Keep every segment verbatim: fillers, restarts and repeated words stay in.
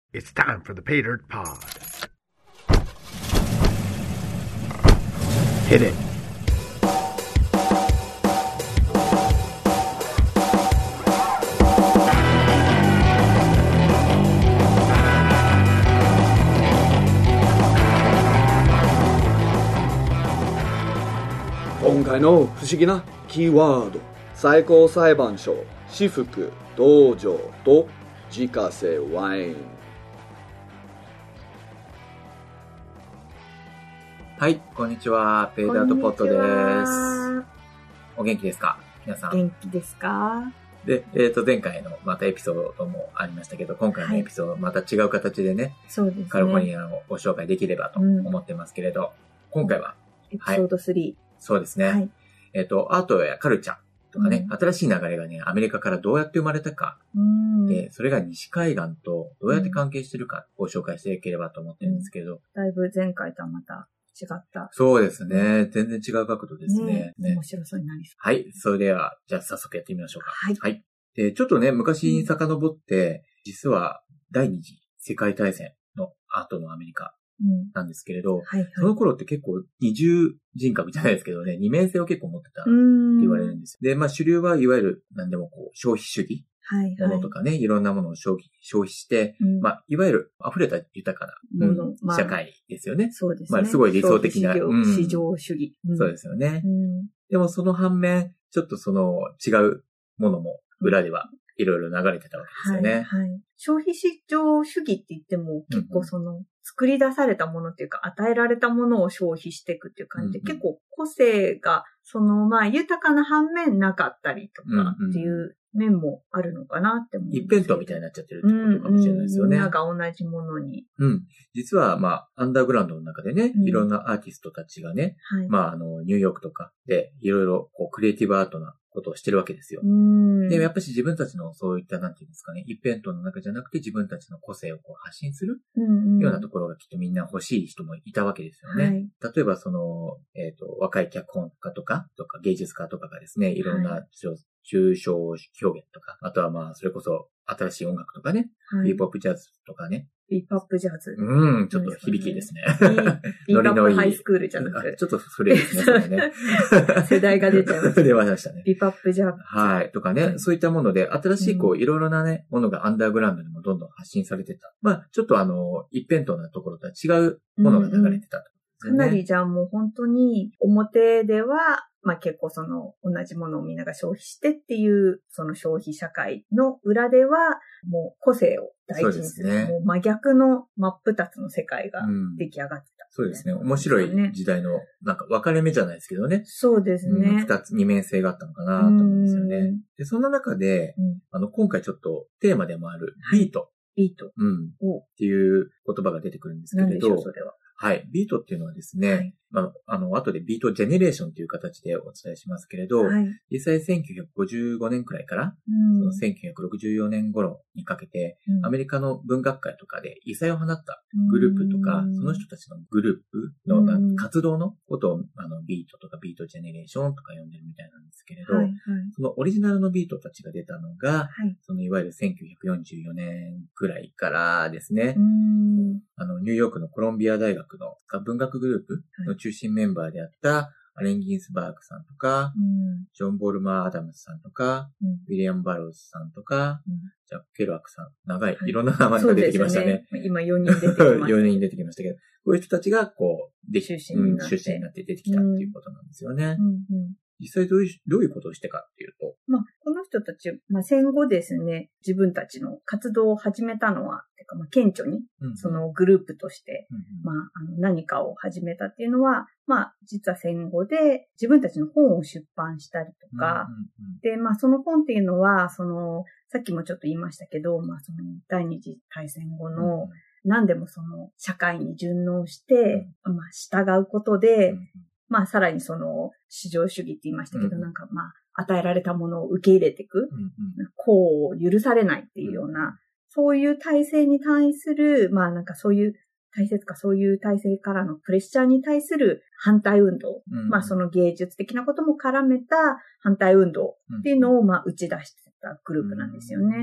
It's time for the Pay Dirt Pod. Hit it. 今回の不思議なキーワード、最高裁判所、私服、道場と自家製ワイン。 はい、こんにちは。ペイダートポットです。お元気ですか皆さん。 元気ですかで、えっと、前回のまたエピソードもありましたけど、今回のエピソードまた違う形でね、はい、 そうですね。 カリフォルニアをご紹介できればと思ってますけれど、うん、今回は、 エピソードスリー。 はい、そうですね。はい、えっと、アートやカルチャーとかね、うん、新しい流れがね、アメリカからどうやって生まれたか、うん、で、それが西海岸とどうやって関係してるかご紹介していければと思ってるんですけど、うん、 だいぶ前回とはまた違った。 そうですね。全然違う角度ですね。 ね、面白そうになりそう。 はい。それでは、じゃあ早速やってみましょうか。 はい。 はい。で、ちょっとね、昔に遡って、うん、実は第二次世界大戦の後のアメリカなんですけれど、うんはいはい、その頃って結構二重人格じゃないですけどね、二面性を結構持ってたって言われるんです。で、まあ主流はいわゆる何でもこう消費主義。はいはい、ものとかね、いろんなものを消費、消費して、うん、まあ、いわゆる溢れた豊かな、うん、まあ、社会ですよね。 そうですね。 まあ、すごい理想的な。 市場、うん、市場主義、 うん。そうですよね、うん。でもその反面、ちょっとその違うものも裏ではいろいろ流れてたわけですよね。 はい、はい。消費市場主義って言っても結構その、作り出されたものっていうか、与えられたものを消費していくっていう感じで、うんうん、結構個性が、その、まあ、豊かな反面なかったりとかっていう面もあるのかなって思うんですけど。 一辺倒みたいになっちゃってるってことかもしれないですよね。 うんうん、みんなが同じものに。 うん。実は、まあ、アンダーグラウンドの中でね、うん、いろんなアーティストたちがね、はい、まあ、あの、ニューヨークとかで、いろいろ、こう、クリエイティブアートなことをしてるわけですよ。で、やっぱり自分たちのそういった、なんていうんですかね、一辺倒の中じゃなくて自分たちの個性をこう発信するようなところがきっとみんな欲しい人もいたわけですよね。はい、例えば、その、えっと、若い脚本家とか、とか芸術家とかがですね、いろんな、はい、抽象表現とか、あとはまあ、それこそ新しい音楽とかね、はい、ビーポップジャズとかね。 ビーポップジャズ。 うん、ちょっと響きですね。 ビーポップハイスクールじゃなくて。 ちょっとそれですね、それね。 世代が出ちゃいました。 出ましたね。 ビーポップジャズ。 はい。とかね、うん、そういったもので、新しいこう、いろいろなね、ものがアンダーグラウンドにもどんどん発信されてた。まあ、ちょっとあの、一辺倒なところとは違うものが流れてたと、 うんうん。かなりじゃあもう本当に、表では、まあ結構その同じものをみんなが消費してっていうその消費社会の裏ではもう個性を大事にする。そうですね。もう真逆の真っ二つの世界が出来上がってた、 うん。そうですね。面白い時代のなんか分かれ目じゃないですけどね。 そうですね。 うん、二つ、二面性があったのかなと思うんですよね。で、そんな中で、うん、あの今回ちょっとテーマでもあるビート。はい、 ビート。 うん。っていう言葉が出てくるんですけれど。 何でしょう、それは。 はい。ビートっていうのはですね、はい、まあ、あの、後でビートジェネレーションという形でお伝えしますけれど、はい、実際せんきゅうひゃくごじゅうごねんくらいから、うん、そのせんきゅうひゃくろくじゅうよねん頃にかけて、うん、アメリカの文学界とかで異彩を放ったグループとか、うん、その人たちのグループの、うん、活動のことをあのビートとかビートジェネレーションとか呼んでるみたいなんですけれど、はいはい、そのオリジナルのビートたちが出たのが、はい、そのいわゆるせんきゅうひゃくよんじゅうよねんくらいからですね、うんあのニューヨークのコロンビア大学の文学グループの中心メンバーであった、アレン・ギンスバーグさんとか、うん、ジョン・ボルマー・アダムスさんとか、うん、ウィリアム・バローズさんとか、うん、ジャック・ケルアクさん、長い、はい、いろんな名前が出てきましたね。 ね今よにん出てきました。 よにん出てきましたけど、こういう人たちが、こう、で、 中心になって、 うん、中心になって出てきたっていうことなんですよね。うんうん、実際どういう、どういうことをしてかっていうと。 まあ、この人たち、まあ、戦後ですね、自分たちの活動を始めたのは、てかまあ、顕著に、そのグループとして、うんうん、まあ、あの何かを始めたっていうのは、まあ、実は戦後で自分たちの本を出版したりとか、うんうんうん、で、まあ、その本っていうのは、その、さっきもちょっと言いましたけど、まあ、その第二次大戦後の、うんうん、何でもその社会に順応して、うん、まあ、従うことで、うんうんまあ、さらにその、市場主義って言いましたけど、うん、なんかまあ、与えられたものを受け入れていく、うんうん、こう、許されないっていうような、そういう体制に対する、まあなんかそういう、大切かそういう体制からのプレッシャーに対する反対運動、うんうん、まあその芸術的なことも絡めた反対運動っていうのをまあ打ち出してたグループなんですよね。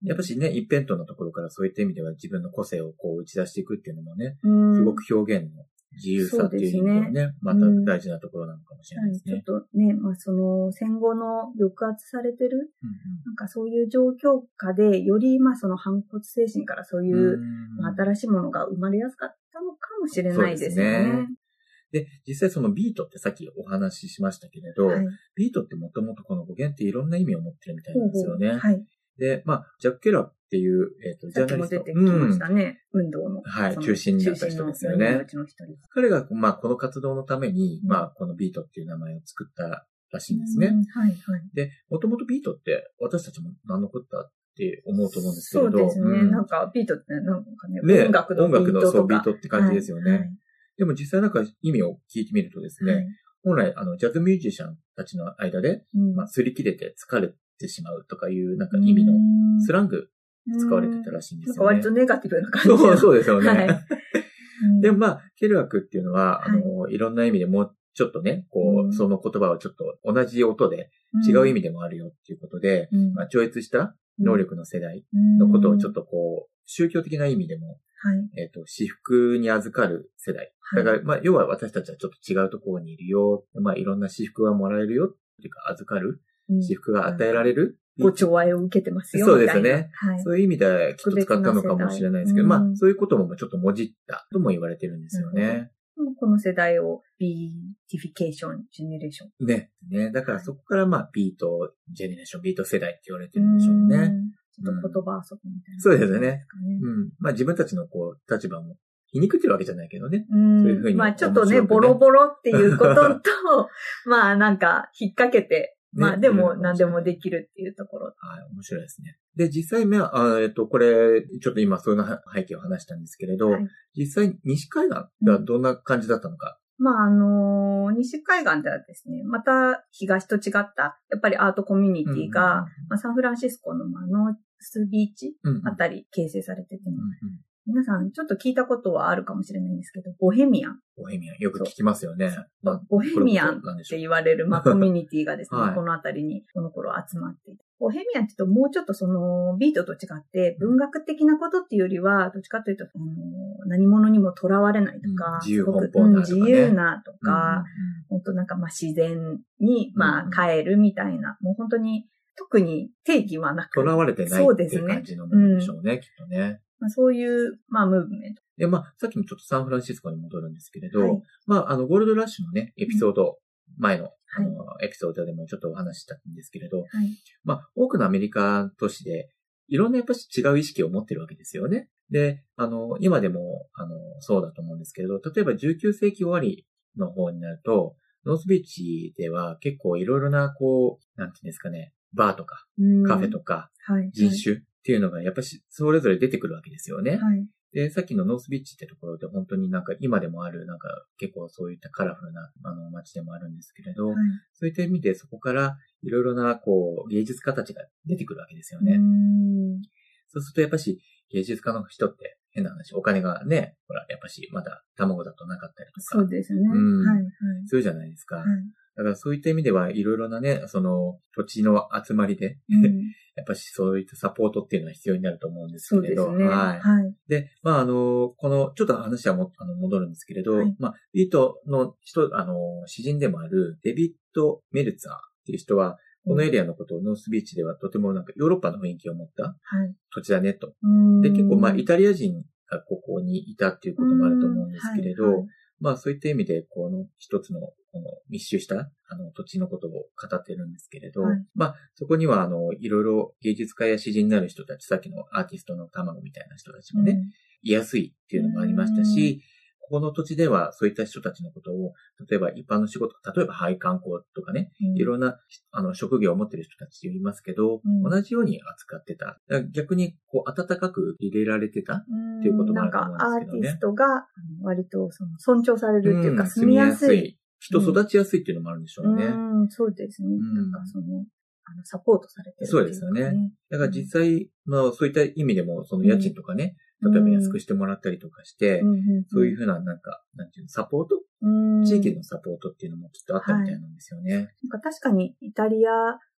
やっぱしね、一辺倒なところからそういった意味では自分の個性をこう打ち出していくっていうのもね、すごく表現の自由さっていう意味ではね、ねまた大事なところなのかもしれないですね。 ちょっとね、まあその戦後の抑圧されてる、うんうん、なんかそういう状況下で、よりまあその反骨精神からそういう、まあ、新しいものが生まれやすかったのかもしれないですよね。 で、実際そのビートってさっきお話ししましたけれど、はい、ビートってもともとこの語源っていろんな意味を持ってるみたいなんですよね。ほうほう、はい。で、まあ、ジャック・ケラーっていう、えっ、ー、と、 ジャーナリスト。さっきも出てきましたね。うん、運動の。 はい、中心になった人ですよね。彼が、まあ、この活動のために、うん、まあ、このビートっていう名前を作ったらしいんですね。うん、はい、はい。で、もともとビートって私たちも何のこったって思うと思うんですけれど。 そうですね。うん、なんか、ビートってなんかね、ね音楽のビートとか。音楽のそう、ビートって感じですよね。はいはい、でも実際なんか意味を聞いてみるとですね、はい、本来、あの、ジャズミュージシャンたちの間で、うん、まあ、擦り切れて疲れてしまうとかいう、なんか意味のスラング使われてたらしいんですよね。 なんか割とネガティブな感じの。 そう、そうですよね。はい、でもまあ、ケルアクっていうのは、あの、はい、いろんな意味でもうちょっとね、こう、その言葉をちょっと同じ音で違う意味でもあるよっていうことで、まあ、超越した能力の世代のことをちょっとこう、宗教的な意味でも、はい、えっと、私服に預かる世代。だから、まあ、要は私たちはちょっと違うところにいるよ。まあ、いろんな私服がもらえるよ。っていうか、預かる。私服が与えられる。 ご寵愛を受けてますよ。 そうですね。はい、そういう意味できっと使ったのかもしれないですけど、まあ、そういうこともちょっともじったとも言われてるんですよね。 この世代をビーティフィケーションジェネレーション。 ね。ね。だからそこからまあ、ビートジェネレーション、ビート世代って言われてるんでしょうね。 ちょっと言葉遊びみたいな、ね、 そうですね。うん。まあ自分たちのこう、立場も皮肉ってるわけじゃないけどね。うん。そういうふうに、ね。 まあちょっとね、ボロボロっていうことと、まあなんか引っ掛けて、まあでも何でもできるっていうところ。 はい、面白いですね。で、実際、あえっと、これ、ちょっと今そういう背景を話したんですけれど、はい、実際西海岸ではどんな感じだったのか。 うん、まああのー、西海岸ではですね、また東と違った、やっぱりアートコミュニティが、うんうんうん、まあ、サンフランシスコのマノースビーチあたり形成されてても、うんうん、皆さんちょっと聞いたことはあるかもしれないんですけど、ボヘミアン。 ボヘミアン。よく聞きますよね。 ボヘミアンって言われる、まあ、コミュニティがですね、はい、このあたりにこの頃集まっていて。ボヘミアンって言うともうちょっとそのビートと違って文学的なことっていうよりは、どっちかというと、あの何者にも囚われないとか、 うん、自由奔放なとか、ね、 自由なとか、うんうん、本当なんかまあ自然にまあ帰るみたいな、もう本当に特に定義はなく。 囚われてないっていう感じのものでしょうね、うん、きっとね。 まあ、そういう、まあ、ムーブメント。 で、まあ、さっきもちょっとサンフランシスコに戻るんですけれど、はい、まあ、あの、ゴールドラッシュのね、エピソード、うん、前の、あの、はい、エピソードでもちょっとお話ししたんですけれど、はい、まあ、多くのアメリカ都市で、いろんなやっぱり違う意識を持ってるわけですよね。で、あの、今でも、あの、そうだと思うんですけれど、例えばじゅうきゅうせいき終わりの方になると、ノースビーチでは結構いろいろな、こう、なんていうんですかね、バーとか、カフェとか、人種っていうのがやっぱりそれぞれ出てくるわけですよね。はい、で、さっきのノースビーチってところで本当になんか今でもある、なんか結構そういったカラフルなあの街でもあるんですけれど、はい、そういった意味でそこからいろいろなこう芸術家たちが出てくるわけですよね。うんそうするとやっぱし芸術家の人って変な話、お金がね、ほら、やっぱしまだ卵だとなかったりとか。 そうですね。 うん。はい、はい。そういうじゃないですか。はいだからそういった意味ではいろいろなね、その土地の集まりで、うん、やっぱしそういったサポートっていうのは必要になると思うんですけれど。 そうですね。はい。はい、 で、まああの、この、ちょっと話はもあの戻るんですけれど、はい、まあ、ビートの人、あの、詩人でもあるデビッド・メルツァーっていう人は、このエリアのことをノースビーチではとてもなんかヨーロッパの雰囲気を持った土地だねと。はい、で、結構まあイタリア人がここにいたっていうこともあると思うんですけれど、はいはいまあそういった意味で、この一つの、この密集した、あの土地のことを語ってるんですけれど、はい、まあそこにはあの、いろいろ芸術家や詩人になる人たち、さっきのアーティストの卵みたいな人たちもね、うん、いやすいっていうのもありましたし、この土地ではそういった人たちのことを、例えば一般の仕事、例えば配管工とかね、うん、いろんなあの職業を持っている人たちって言いますけど、うん、同じように扱ってた。逆にこう温かく入れられてたっていうこともあると思うんですけどね。 なんかアーティストが割とその尊重されるっていうか、うん、住みやすい。 人育ちやすいっていうのもあるんでしょうね。 うん、そうですね。うん、なんかその、あの、サポートされてるっていうか、ね。 そうですよね。だから実際、まあそういった意味でも、その家賃とかね、うん、例えば安くしてもらったりとかして、うん、そういうふうな、なんか、なんていうの、サポート、うん、地域のサポートっていうのもきっとあったみたいなんですよね。はい、 なんか確かにイタリア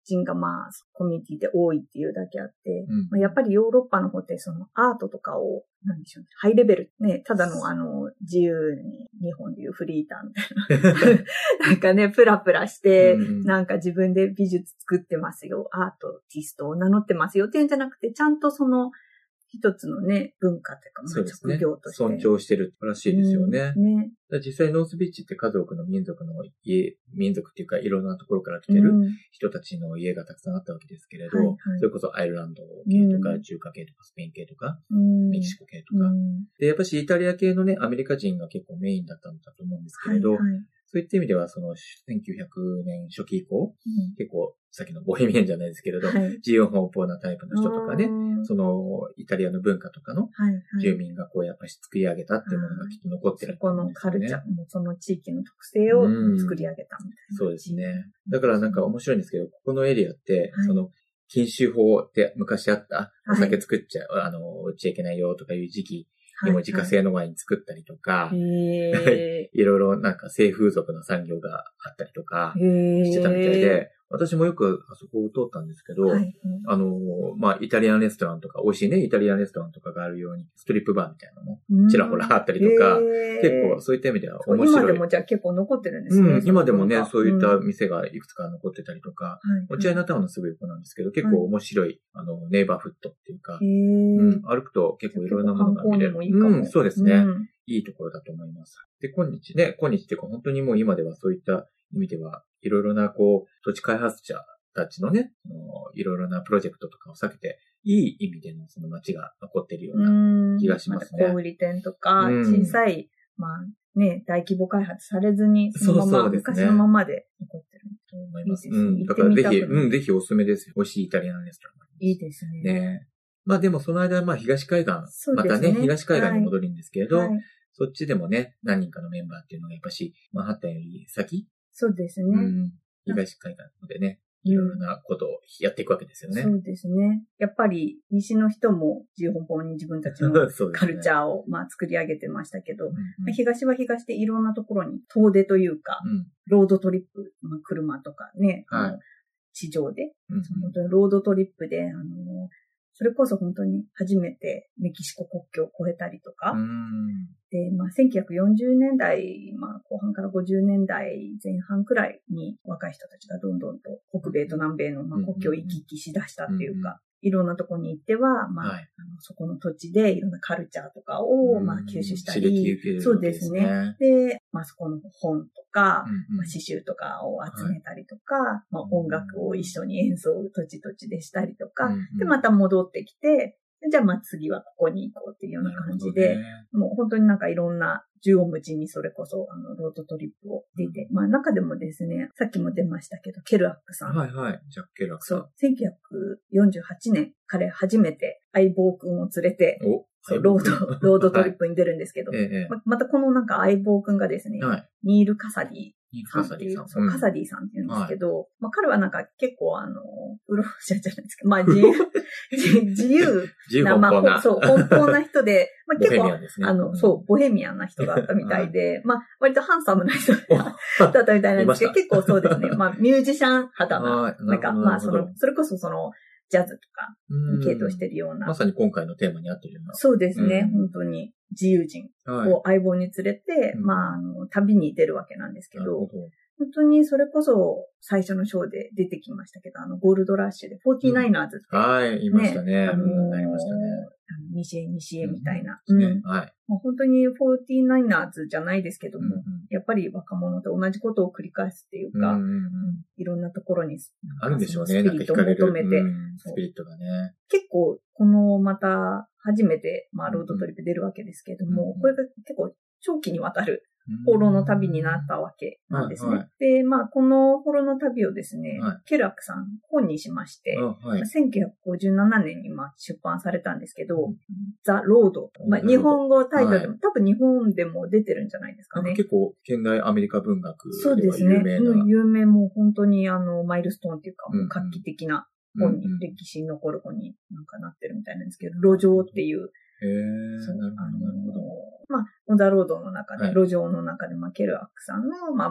人がまあ、コミュニティで多いっていうだけあって、 うんまあ、やっぱりヨーロッパの方ってそのアートとかを、なんでしょうね、ハイレベル、ね、ただのあの、自由に、日本でいうフリーターみたいな。なんかね、プラプラして、うんうん、なんか自分で美術作ってますよ、アーティストを名乗ってますよっていうんじゃなくて、ちゃんとその、一つのね、文化というか、まあ、職業として、 ね。尊重してるらしいですよね。 うん、ね。 実際ノースビーチって数多くの民族の家、民族っていうかいろんなところから来てる人たちの家がたくさんあったわけですけれど、うんはいはい、それこそアイルランド系とか、うん、中華系とか、スペイン系とか、うん、メキシコ系とか、うん。で、やっぱしイタリア系のね、アメリカ人が結構メインだったんだと思うんですけれど、はいはい、そういった意味では、そのせんきゅうひゃくねん初期以降、うん、結構、さっきのボヘミアンじゃないですけれど、はい、自由奔放なタイプの人とかね、そのイタリアの文化とかの住民がこうやっぱり作り上げたっていうものがきっと残ってる、ね。 そこのカルチャー、その地域の特性を作り上げたみたいな。 そうですね。だからなんか面白いんですけど、ここのエリアって、はい、その禁酒法って昔あったお酒作っちゃう、はい、あの、売っちゃいけないよとかいう時期、にも自家製のワイン作ったりとか、はいはい、いろいろなんか性風俗の産業があったりとかしてたみたいで、私もよくあそこを通ったんですけど、はい、あの、まあ、イタリアンレストランとか、美味しいね、イタリアンレストランとかがあるように、ストリップバーみたいなのもちらほらあったりとか、結構そういった意味では面白い。 今でもじゃあ結構残ってるんですね。 うん、今でもね、そういった店がいくつか残ってたりとか、うん、チャイナタウンのすぐ横なんですけど、結構面白い、あの、ネイバーフットっていうか、うん、歩くと結構いろんなものが見れる。 いいかもうん、そうですね、うん。いいところだと思います。で、今日ね、今日っていうか本当にもう今ではそういった意味では、いろいろなこう、土地開発者たちのね、いろいろなプロジェクトとかを避けて、いい意味でのその街が残っているような気がしますね。 ま、小売店とか、小さい、まあね、大規模開発されずに、そのまま、そうそうですね、昔のままで残ってると思います。いいですね。うん、 だからぜひ、うん、ぜひおすすめですよ。美味しいイタリアンレストラン。 いいですね。 ね。まあでもその間、まあ東海岸、ね、またね、東海岸に戻るんですけれど、はいはい、そっちでもね、何人かのメンバーっていうのがやっぱし、マンハッタンより先、 そうですね。 うん、東海岸でね、いろいろなことをやっていくわけですよね。 そうですね。やっぱり西の人も自由奔放に自分たちのカルチャーをまあ作り上げてましたけど、ねまあ、東は東でいろんなところに遠出というか、うん、ロードトリップ、まあ、車とかね、はい、地上で、うん、その本当にロードトリップで、あのそれこそ本当に初めてメキシコ国境を越えたりとか、うんで、まあ、せんきゅうひゃくよんじゅうねんだい、まあ、後半からごじゅうねんだいぜん半くらいに若い人たちがどんどんと北米と南米のまあ国境を行き来しだしたっていうか、うんうん、いろんなとこに行っては、まあ、はい、あのそこの土地でいろんなカルチャーとかをまあ吸収したり、 刺激受ける、 そうですね。で、まあ、そこの本とか、うんうんまあ、詩集とかを集めたりとか、はいまあ、音楽を一緒に演奏土地土地でしたりとか、うんうん、で、また戻ってきて、じゃあまあ次はここに行こうっていうような感じで、ね、もう本当になんかいろんな縦横無尽にそれこそあのロードトリップを出て、うん、まあ中でもですね、さっきも出ましたけど、ケルアックさん。 はいはい、ジャック・ケルアックさん。 そう、せんきゅうひゃくよんじゅうはちねん、彼初めて相棒くんを連れて、そうロード、ロードトリップに出るんですけど、はいええま、またこのなんか相棒くんがですね、はい、ニール・カサディさんっていう、そう、カサディさんっていうんですけど、はい、まあ彼はなんか結構あの、うろしゃじゃないですか。まあ自由、自由な、まあ、そう、奔放な人で、まあ結構、ね、あの、そう、ボヘミアンな人だったみたいで、まあ割とハンサムな人だったみたいなんですけど、結構そうですね。まあミュージシャン肌な、なんか、まあその、それこそその、ジャズとかに系統してるような。 まさに今回のテーマに合ってるような。 そうですね。うん、本当に自由人を相棒に連れて、はい、まあ、あの、旅に出るわけなんですけど、ど本当にそれこそ最初のショーで出てきましたけど、あの、ゴールドラッシュで、フォーティーナイナーズって、 うん。はい、言いましたね。 あのー、 なりましたね。 西へ西へみたいな。うん。うん、はい。まあ、本当にフォーティーナイナーズじゃないですけども、うんうん、やっぱり若者と同じことを繰り返すっていうか、うんうんうん、いろんなところにあるんでしょうね。 スピリットを求めて、 うん、スピリットがね。 結構、このまた初めて、まあ、ロードトリップ出るわけですけれども、うんうん、これが結構長期にわたる放浪の旅になったわけなんですね。はいはい、で、まあ、この放浪の旅をですね、はい、ケルアックさん本にしまして、はい、せんきゅうひゃくごじゅうななねんにまあ出版されたんですけど、うん、ザ・ロード。まあ、日本語タイトルでも、はい、多分日本でも出てるんじゃないですかね。 なんか結構、現代アメリカ文学では有名な。 そうですね。うん、有名も本当にあの、マイルストーンっていうか、もう画期的な本に、うんうん、歴史に残る本になんかなってるみたいなんですけど、路上っていう、 へー、そうなるほど。 まあ、オンザロードの中で、はい、路上の中で、まあ、ケルアックさんの、まあ、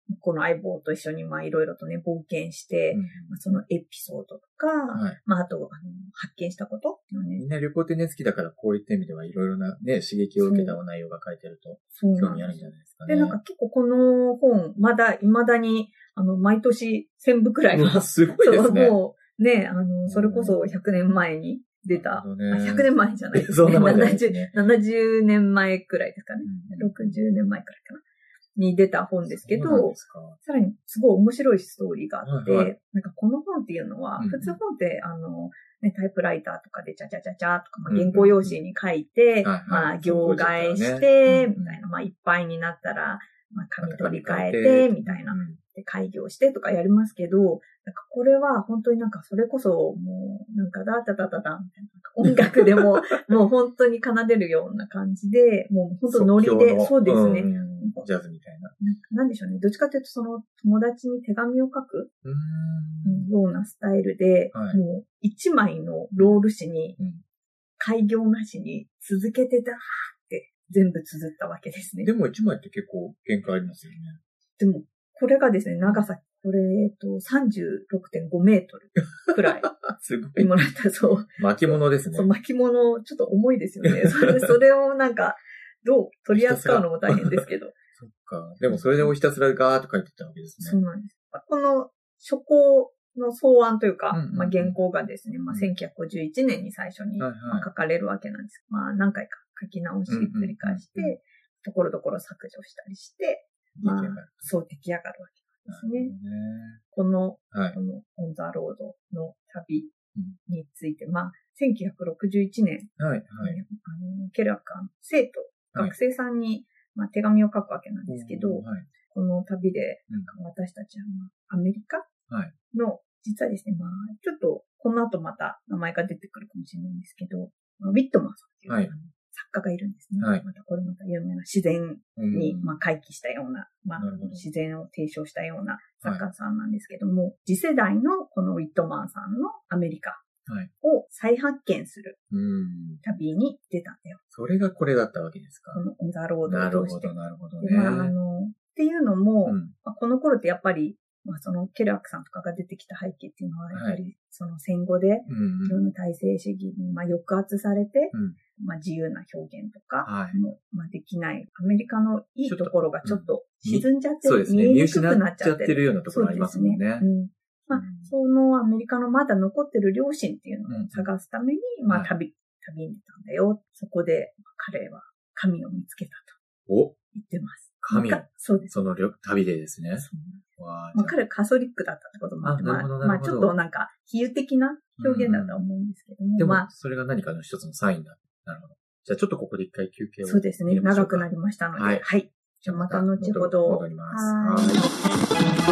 この相棒と一緒にまあいろいろとね、冒険して、うん、まあ、そのエピソードとか、はい、まああと、あの、発見したこと、 ね。みんな旅行ってね、好きだからこういった意味ではいろいろなね、刺激を受けた内容が書いてると、興味あるんじゃないですかね。 で、なんか結構この本、まだ、未だに、あの、毎年せんぶくらいは。 すごいですね。 もう、ね、あの、それこそひゃくねんまえに出た。ね、ひゃくねんまえじゃないですね。 そんな前ななじゅう、ななじゅうねんまえくらいですかね。うん、ろくじゅうねんまえくらいかな。に出た本ですけど、さらにすごい面白いストーリーがあって、はいはい、なんかこの本っていうのは、うん、普通本って、あの、ね、タイプライターとかでチャチャチャチャとか、まあ、原稿用紙に書いて、うんうんうん、まあ、行替えして、ね、みたいな、まあ、いっぱいになったら、まあ、紙取り替えて、みたいな、で、開業してとかやりますけど、なんかこれは本当になんかそれこそ、もう、なんかダータタタタみたいな、音楽でも、もう本当に奏でるような感じで、もう本当ノリで、そうですね。 ジャズみたいな。 なんでしょうね。どっちかというと、その友達に手紙を書くようなスタイルで、はい、もう一枚のロール紙に、開業なしに続けてたって全部綴ったわけですね。 でも一枚って結構限界ありますよね。 でも、これがですね、長さ、これ、えっと、さんじゅうろくてんごメートルくらい。 すごい。 もらった、そう。 巻物ですね。 そう、巻物、ちょっと重いですよね。それ、それをなんか、どう取り扱うのも大変ですけど。 そっか。でもそれでひたすらガーッと書いてたわけですね。 そうなんです。この初稿の草案というか、うんうんうん、まあ、原稿がですね、まあ、せんきゅうひゃくごじゅういちねんに最初に、まあ、書かれるわけなんです。はいはい、まあ、何回か書き直し、繰り返して、うんうんうん、ところどころ削除したりして、まあ、そう出来上がるわけなんですね。ねこの、はい、この、オンザロードの旅について、うん、まあ、せんきゅうひゃくろくじゅういちねん、はいはい、あのケラーが生徒、学生さんに、はいまあ、手紙を書くわけなんですけど、はい、この旅で、私たちは、まあ、アメリカの、はい、実はですね、まあ、ちょっと、この後また名前が出てくるかもしれないんですけど、まあ、ウィットマンさんっていう、はい、作家がいるんですね。はい、またこれまた有名な自然に、まあ、回帰したような、まあ、自然を提唱したような作家さんなんですけども、はい、次世代のこのウィットマンさんのアメリカを再発見する旅に出たんだよ。 それがこれだったわけですか。 このオンザロードを通して。なるほど、なるほどね。 まあ、あの、っていうのも、うんまあ、この頃ってやっぱり、まあ、そのケルアックさんとかが出てきた背景っていうのは、やっぱりその戦後で、いろんな体制主義にまあ抑圧されて、うんまあ、自由な表現とかも、まあ、できない。アメリカのいいところがちょっと沈んじゃってる、 うん、見えにくくなっちゃってる。見失っちゃってるようなところありますもんね。 そうですね。うんまあ、そのアメリカのまだ残ってる良心っていうのを探すために、うん、まあ旅、旅に出たんだよ。そこで彼は神を見つけたと。お言ってます。 神そうです。 その旅でですね。 わまあ、彼カソリックだったってこともあって、まあ、まあちょっとなんか比喩的な表現だと思うんですけども。 うん、でも、まあ、それが何かの一つのサインだ。なるほど。じゃあちょっとここで一回休憩を。 そうですね。長くなりましたので。はい。はい、じゃあまた後ほど。 戻ります。はい。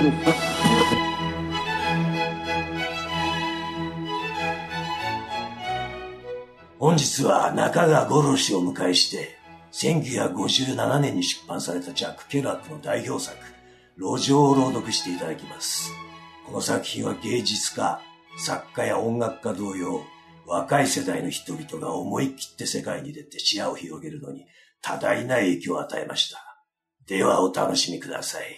本日は中川五郎氏を迎えして、せんきゅうひゃくごじゅうななねんに出版されたジャック・ケラークの代表作、路上を朗読していただきます。この作品は芸術家、作家や音楽家同様、若い世代の人々が思い切って世界に出て視野を広げるのに多大な影響を与えました。ではお楽しみください。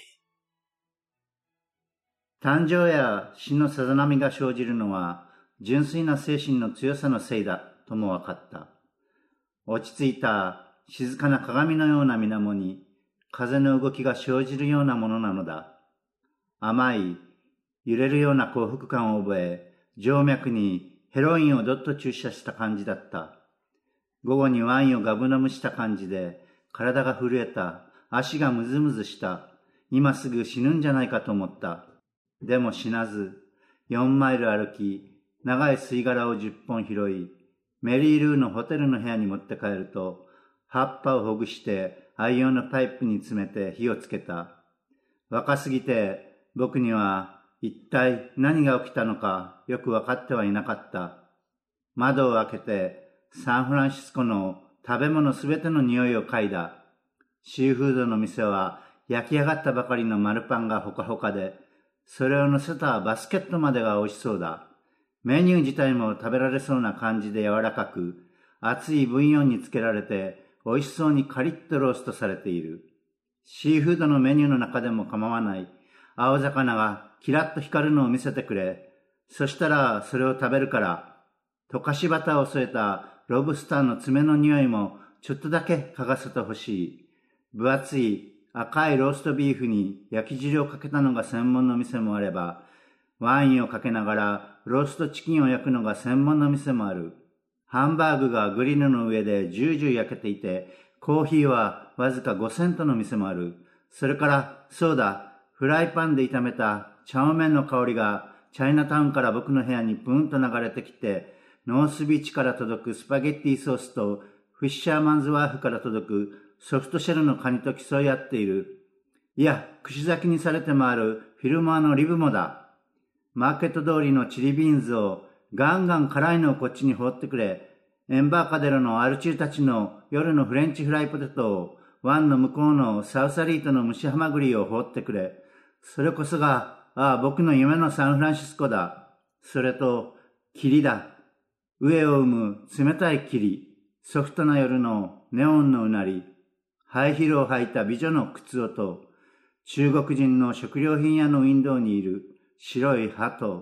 誕生や死のさざ波が生じるのは純粋な精神の強さのせいだとも分かった。落ち着いた静かな鏡のような水面に風の動きが生じるようなものなのだ。甘い揺れるような幸福感を覚え、静脈にヘロインをどっと注射した感じだった。午後にワインをガブ飲むした感じで体が震えた。足がムズムズした。今すぐ死ぬんじゃないかと思った。でも死なず、よんマイル歩き、長い吸い殻をじゅっぽん拾い、メリールーのホテルの部屋に持って帰ると、葉っぱをほぐして愛用のパイプに詰めて火をつけた。若すぎて僕には一体何が起きたのかよく分かってはいなかった。窓を開けてサンフランシスコの食べ物すべての匂いを嗅いだ。シーフードの店は焼き上がったばかりの丸パンがほかほかで、それを乗せたバスケットまでが美味しそうだ。メニュー自体も食べられそうな感じで柔らかく、熱いブイヨンにつけられて美味しそうにカリッとローストされている。シーフードのメニューの中でも構わない。 青魚がキラッと光るのを見せてくれ。そしたらそれを食べるから、溶かしバターを添えたロブスターの爪の匂いもちょっとだけ嗅がせてほしい。分厚い赤いローストビーフに焼き汁をかけたのが専門の店もあれば、ワインをかけながらローストチキンを焼くのが専門の店もある。ハンバーグがグリルの上でジュージュー焼けていて、コーヒーはわずかごセントの店もある。それから、そうだ、フライパンで炒めたチャオメンの香りがチャイナタウンから僕の部屋にブーンと流れてきて、ノースビーチから届くスパゲッティソースとフィッシャーマンズワーフから届くソフトシェルのカニと競い合っている。いや、串咲きにされて回るフィルモアのリブもだ。マーケット通りのチリビーンズをガンガン辛いのをこっちに放ってくれ。エンバーカデロのアルチューたちの夜のフレンチフライポテトを湾の向こうのサウサリートの蒸しハマグリを放ってくれ。それこそが、ああ、僕の夢のサンフランシスコだ。それと、霧だ。上を生む冷たい霧。ソフトな夜のネオンのうなり。ハイヒールを履いた美女の靴音。中国人の食料品屋のウィンドウにいる白い鳩。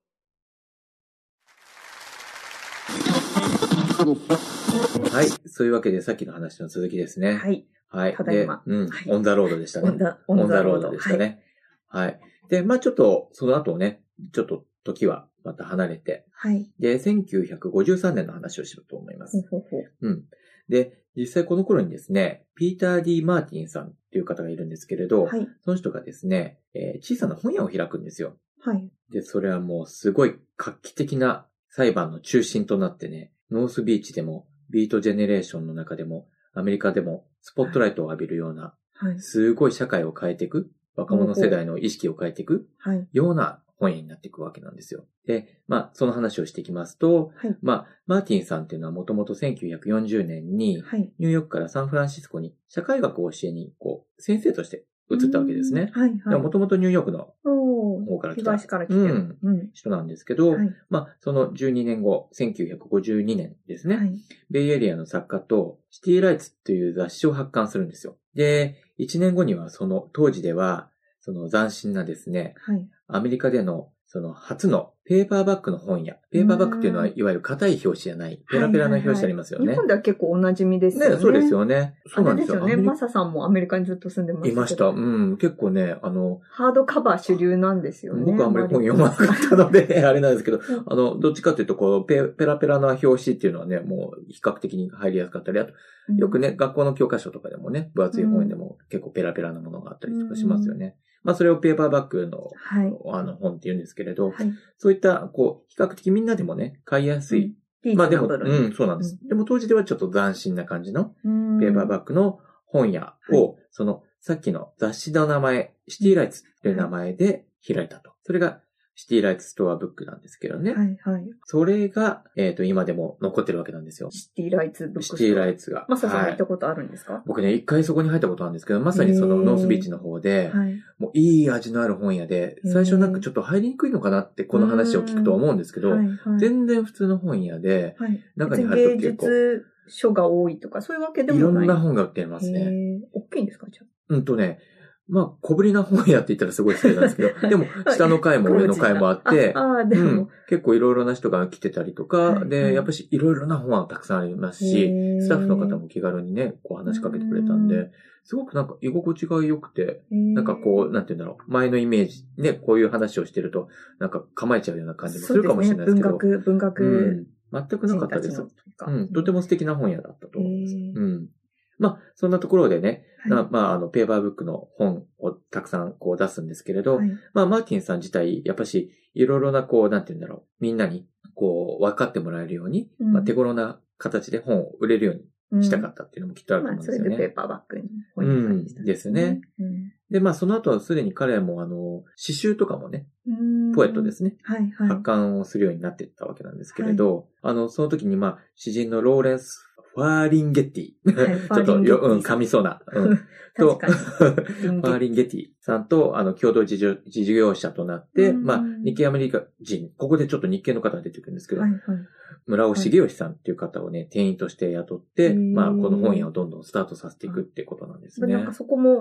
はい。そういうわけでさっきの話の続きですね。 はい。 はい。 ただいま。 で、うん、 はい、 オンダロードでしたね。 オンダ、 オンダロードでしたね。はい。はい。で、まあちょっと、その後ね、ちょっと時はまた離れて。 はい。 で、せんきゅうひゃくごじゅうさんねんの話をしようと思います。 ほうほうほう。 うん。で、実際この頃にですね、ピーター・ディ・マーティンさんっていう方がいるんですけれど、 はい、 その人がですね、えー、小さな本屋を開くんですよ。 はい。 で、それはもうすごい画期的な裁判の中心となってね、ノースビーチでも、ビートジェネレーションの中でも、アメリカでもスポットライトを浴びるような、はい、すごい社会を変えていく、若者世代の意識を変えていくような本屋になっていくわけなんですよ。で、まあ、その話をしていきますと、はい、まあ、マーティンさんっていうのはもともとせんきゅうひゃくよんじゅうねんに、ニューヨークからサンフランシスコに社会学を教えに、こう、先生として移ったわけですね。はいはい。もともとニューヨークの方から来た。 東から来てる、 うん、人なんですけど、はい、まあ、そのじゅうにねんご、せんきゅうひゃくごじゅうにねんですね。はい、ベイエリアの作家とシティライツという雑誌を発刊するんですよ。で、いちねんごにはその当時では、その斬新なですね、はい、アメリカでのその初のペーパーバッグの本屋。ペーパーバッグっていうのはいわゆる硬い表紙じゃない、ペラペラな表紙ありますよね。 はいはいはい、日本では結構お馴染みですよね。 ね、そうですよね。そうなんですよ。 あれですよね。マサさんもアメリカにずっと住んでました。 いました。うん。結構ね、あの、 ハードカバー主流なんですよね。 僕はあんまり本読まなかったので、あれなんですけど、あの、どっちかというと、こう、ペ、ペラペラな表紙っていうのはね、もう比較的に入りやすかったり、あと、よくね、うん、学校の教科書とかでもね、分厚い本でも結構ペラペラなものがあったりとかしますよね。うん、まあ、それをペーパーバッグの、はい、あの、本って言うんですけれど、はい、そういった、こう、比較的みんなでもね、買いやすい。 うん、 まあでも、うん、そうなんです。うん、でも当時ではちょっと斬新な感じの、ペーパーバッグの本屋を、はい、その、さっきの雑誌の名前、シティライツという名前で開いたと。それが、シティライツストアブックなんですけどね。はいはい。それが、えっと、今でも残ってるわけなんですよ。 シティライツブックストア。 シティライツが。 マサさん行ったことあるんですか？ はい、僕ね、一回そこに入ったことあるんですけど、まさにそのノースビーチの方で、はい、もういい味のある本屋で、最初なんかちょっと入りにくいのかなってこの話を聞くと思うんですけど、はいはい、全然普通の本屋で、はい、中に入ると結構。 芸術書が多いとか、そういうわけでもない。 いろんな本が売ってますね。 大きいんですか、じゃあ。 うんとね、まあ、小ぶりな本屋って言ったらすごい失礼なんですけど、でも、下の階も上の階もあって、ああでもうん、結構いろいろな人が来てたりとか、はい、で、やっぱしいろいろな本はたくさんありますし、スタッフの方も気軽にね、こう話しかけてくれたんで、すごくなんか居心地が良くて、なんかこう、なんて言うんだろう、前のイメージ、ね、こういう話をしてると、なんか構えちゃうような感じもするかもしれないですけど。 そうですね、文学、文学、 うん。全くなかったです。うん、とても素敵な本屋だったと思います。うん。まあ、そんなところでね、はい、まあ、あの、ペーパーブックの本をたくさんこう出すんですけれど、はい、まあ、マーティンさん自体、やっぱし、いろいろなこう、なんて言うんだろう、みんなに、こう、分かってもらえるように、うん、まあ、手頃な形で本を売れるようにしたかったっていうのもきっとあると思うんですよね。 まあ、それでペーパーバッグに本に入ってたんですね。 うん、ですね。うん、で、まあ、その後はすでに彼も、あの、詩集とかもね、ポエットですね。はいはい。発刊をするようになっていったわけなんですけれど、はい、あの、その時に、まあ、詩人のローレンス、ファーリンゲティ。はい、ちょっとよ、うん、噛みそうな。うん、と、ファーリンゲティさんと、あの、共同事業事業者となって、まあ、日系アメリカ人、ここでちょっと日系の方が出てくるんですけど、はいはい、村尾茂義さんっていう方をね、店員として雇って、まあ、この本屋をどんどんスタートさせていくってことなんですね。 なんかそこも、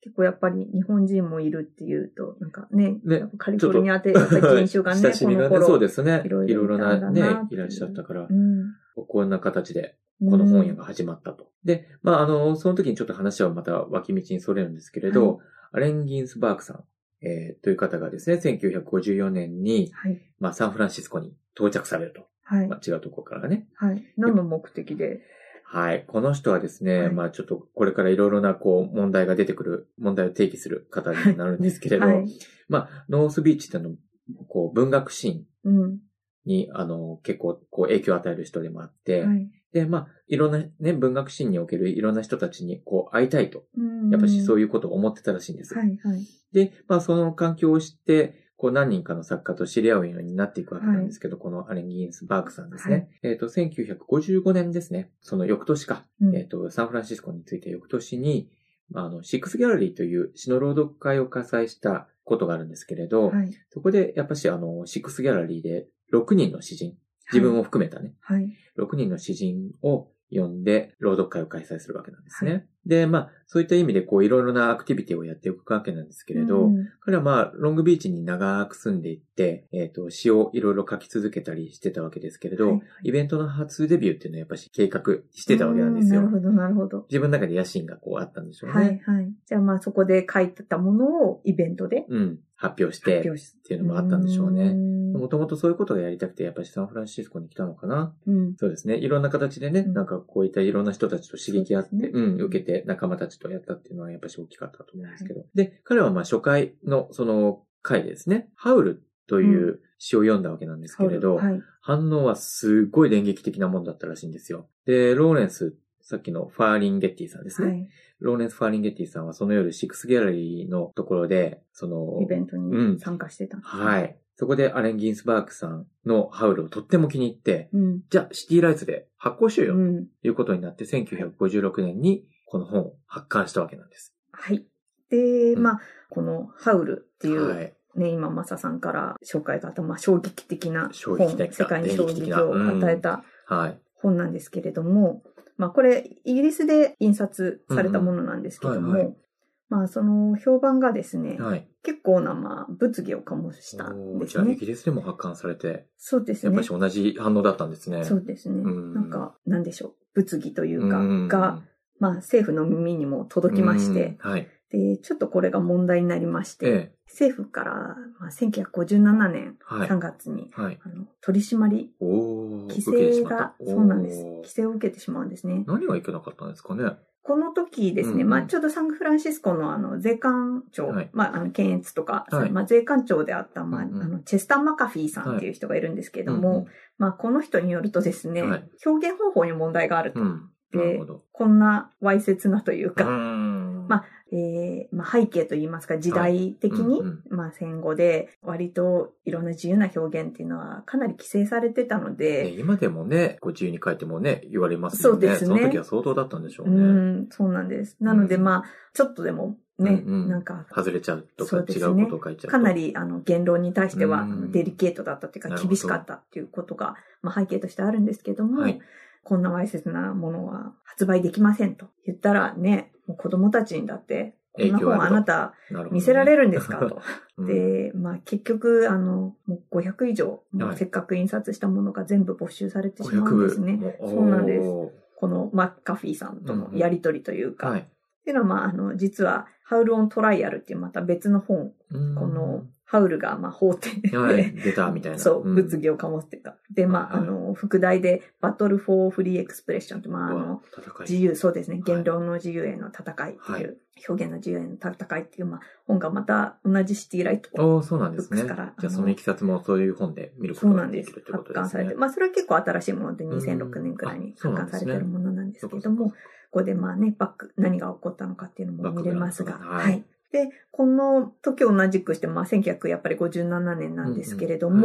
結構やっぱり日本人もいるっていうと、なんかね、ねカリフォルニアってやっぱり人種がね、 親しみがね、 この頃そうですね。 いろいいろいろなね、 いいらっしゃったから、 うん、 こんな形で、この本屋が始まったと。うん、で、まあ、あの、その時にちょっと話はまた脇道にそれるんですけれど、はい、アレン・ギンスバーグさん、えー、という方がですね、せんきゅうひゃくごじゅうよねんに、はい、まあ、サンフランシスコに到着されると。はい。まあ、違うところからね。 はい。何の目的で？ はい。この人はですね、はい、まあちょっとこれからいろいろなこう問題が出てくる、問題を提起する方になるんですけれど、はい、まあノースビーチっていうのこう文学シーンに、うん、あの結構こう影響を与える人でもあって、はい、で、まあいろんなね、文学シーンにおけるいろんな人たちにこう会いたいと、やっぱりそういうことを思ってたらしいんです。はいはい、で、まあその環境を知って、こう何人かの作家と知り合うようになっていくわけなんですけど、はい、このアレン・ギンスバーグさんですね。はい、えっと、せんきゅうひゃくごじゅうごねんですね。その翌年か。うん、えっと、サンフランシスコについて翌年に、あの、シックスギャラリーという詩の朗読会を開催したことがあるんですけれど、はい、そこでやっぱしあの、シックスギャラリーでろくにんの詩人、自分を含めたね、はい、ろくにんの詩人を呼んで朗読会を開催するわけなんですね。はい、で、まあ、そういった意味でこういろいろなアクティビティをやっていくわけなんですけれど、うん、彼はまあ、ロングビーチに長く住んでいって、えっと、詩をいろいろ書き続けたりしてたわけですけれど、はいはい、イベントの初デビューっていうのはやっぱり計画してたわけなんですよ。 なるほど、なるほど。 自分の中で野心がこうあったんでしょうね。 はいはい。じゃあまあそこで書いてたものをイベントで、 うん、発表して、っていうのもあったんでしょうね。もともとそういうことがやりたくて、やっぱりサンフランシスコに来たのかな。うん、そうですね。いろんな形でね、うん、なんかこういったいろんな人たちと刺激あって、うね、うん、受けて仲間たちとやったっていうのはやっぱり大きかったと思うんですけど。はい、で、彼はまあ初回のその回でですね、ハウルという詩を読んだわけなんですけれど、うんはい、反応はすごい電撃的なものだったらしいんですよ。で、ローレンス、さっきのファーリンゲッティさんですね。はい、ローレンス・ファーリンゲッティさんはその夜シックスギャラリーのところで、その、 イベントに参加してたんです、 ね、うん。はい。そこでアレン・ギンスバーグさんのハウルをとっても気に入って、うん、じゃあシティライツで発行しようよ、ということになって、せんきゅうひゃくごじゅうろくねんにこの本を発刊したわけなんです。 はい。で、うん、まあ、このハウルっていう、はい、ね、今、マサさんから紹介があった、まあ、衝撃的な本、世界に衝撃を与えた本なんですけれども、まあ、これ、イギリスで印刷されたものなんですけども、うんうんはいはい、まあ、その評判がですね、はい、結構な、まあ、物議を醸したんですね。 じゃあ、イギリスでも発刊されて、 そうですね。 やっぱり同じ反応だったんですね。 そうですね。んなんか、なんでしょう、物議というか、うが、まあ、政府の耳にも届きまして、はい、で、ちょっとこれが問題になりまして、ええ、政府から、まあ、せんきゅうひゃくごじゅうななねんさんがつに、はいはい、あの取り締まり、規制が、そうなんです。規制を受けてしまうんですね。 何がいけなかったんですかね。 この時ですね、うんうん、まあちょうどサンフランシスコのあの税関長、はい、まああの検閲とか、はい、まあ税関長であった、まあ、うんうん、あのチェスター・マカフィーさんっていう人がいるんですけれども、はいうんうん、まあこの人によるとですね、はい、表現方法に問題があると。うん、で、こんなわいせつなというか、うまあえーまあ、背景といいますか時代的に、はいうんうんまあ、戦後で割といろんな自由な表現っていうのはかなり規制されてたので、 ね、今でもねこう自由に書いてもね言われますよね。そうですね。その時は相当だったんでしょうね。 うんそうなんです。なので、うん、まあちょっとでもね、うんうん、なんか外れちゃうとか、ね、違うことを書いちゃうとかなりあの言論に対してはデリケートだったっていうか厳しかったっていうことが、まあ、背景としてあるんですけども、はい、こんなわいせつなものは発売できませんと言ったらね、もう子供たちにだって、こんな本あなた見せられるんですかと。うん、で、まあ結局、あの、もうごひゃく以上、もうせっかく印刷したものが全部没収されてしまうんですね。そうなんです。このマッカフィーさんとのやりとりというか。うんうんはい、っていうのは、まあ、あの、実は、ハウル・オン・トライアルっていうまた別の本、この、ハウルが、まあ、法廷で、はい、 出たみたいな。 そう、物議を醸してた。で、まあ、はい、あの、副題で、バトル・フォー・フリー・エクスプレッションって、まあ、あの、自由、そうですね、言論の自由への戦いっていう、はい、表現の自由への戦いっていう、まあ、本がまた同じシティライトおそうなんですね。じゃあ、そのいきさつもそういう本で見ることができるってことですね。そうなんです。発刊されて、まあ、それは結構新しいもので、にせんろくねんくらいに発刊されてるものなんですけども、ここでまあね、バック、何が起こったのかっていうのも見れますが、はい、はい。で、この時を同じくして、まあ、せんきゅうひゃくごじゅうななねんなんですけれども、うんうんはい、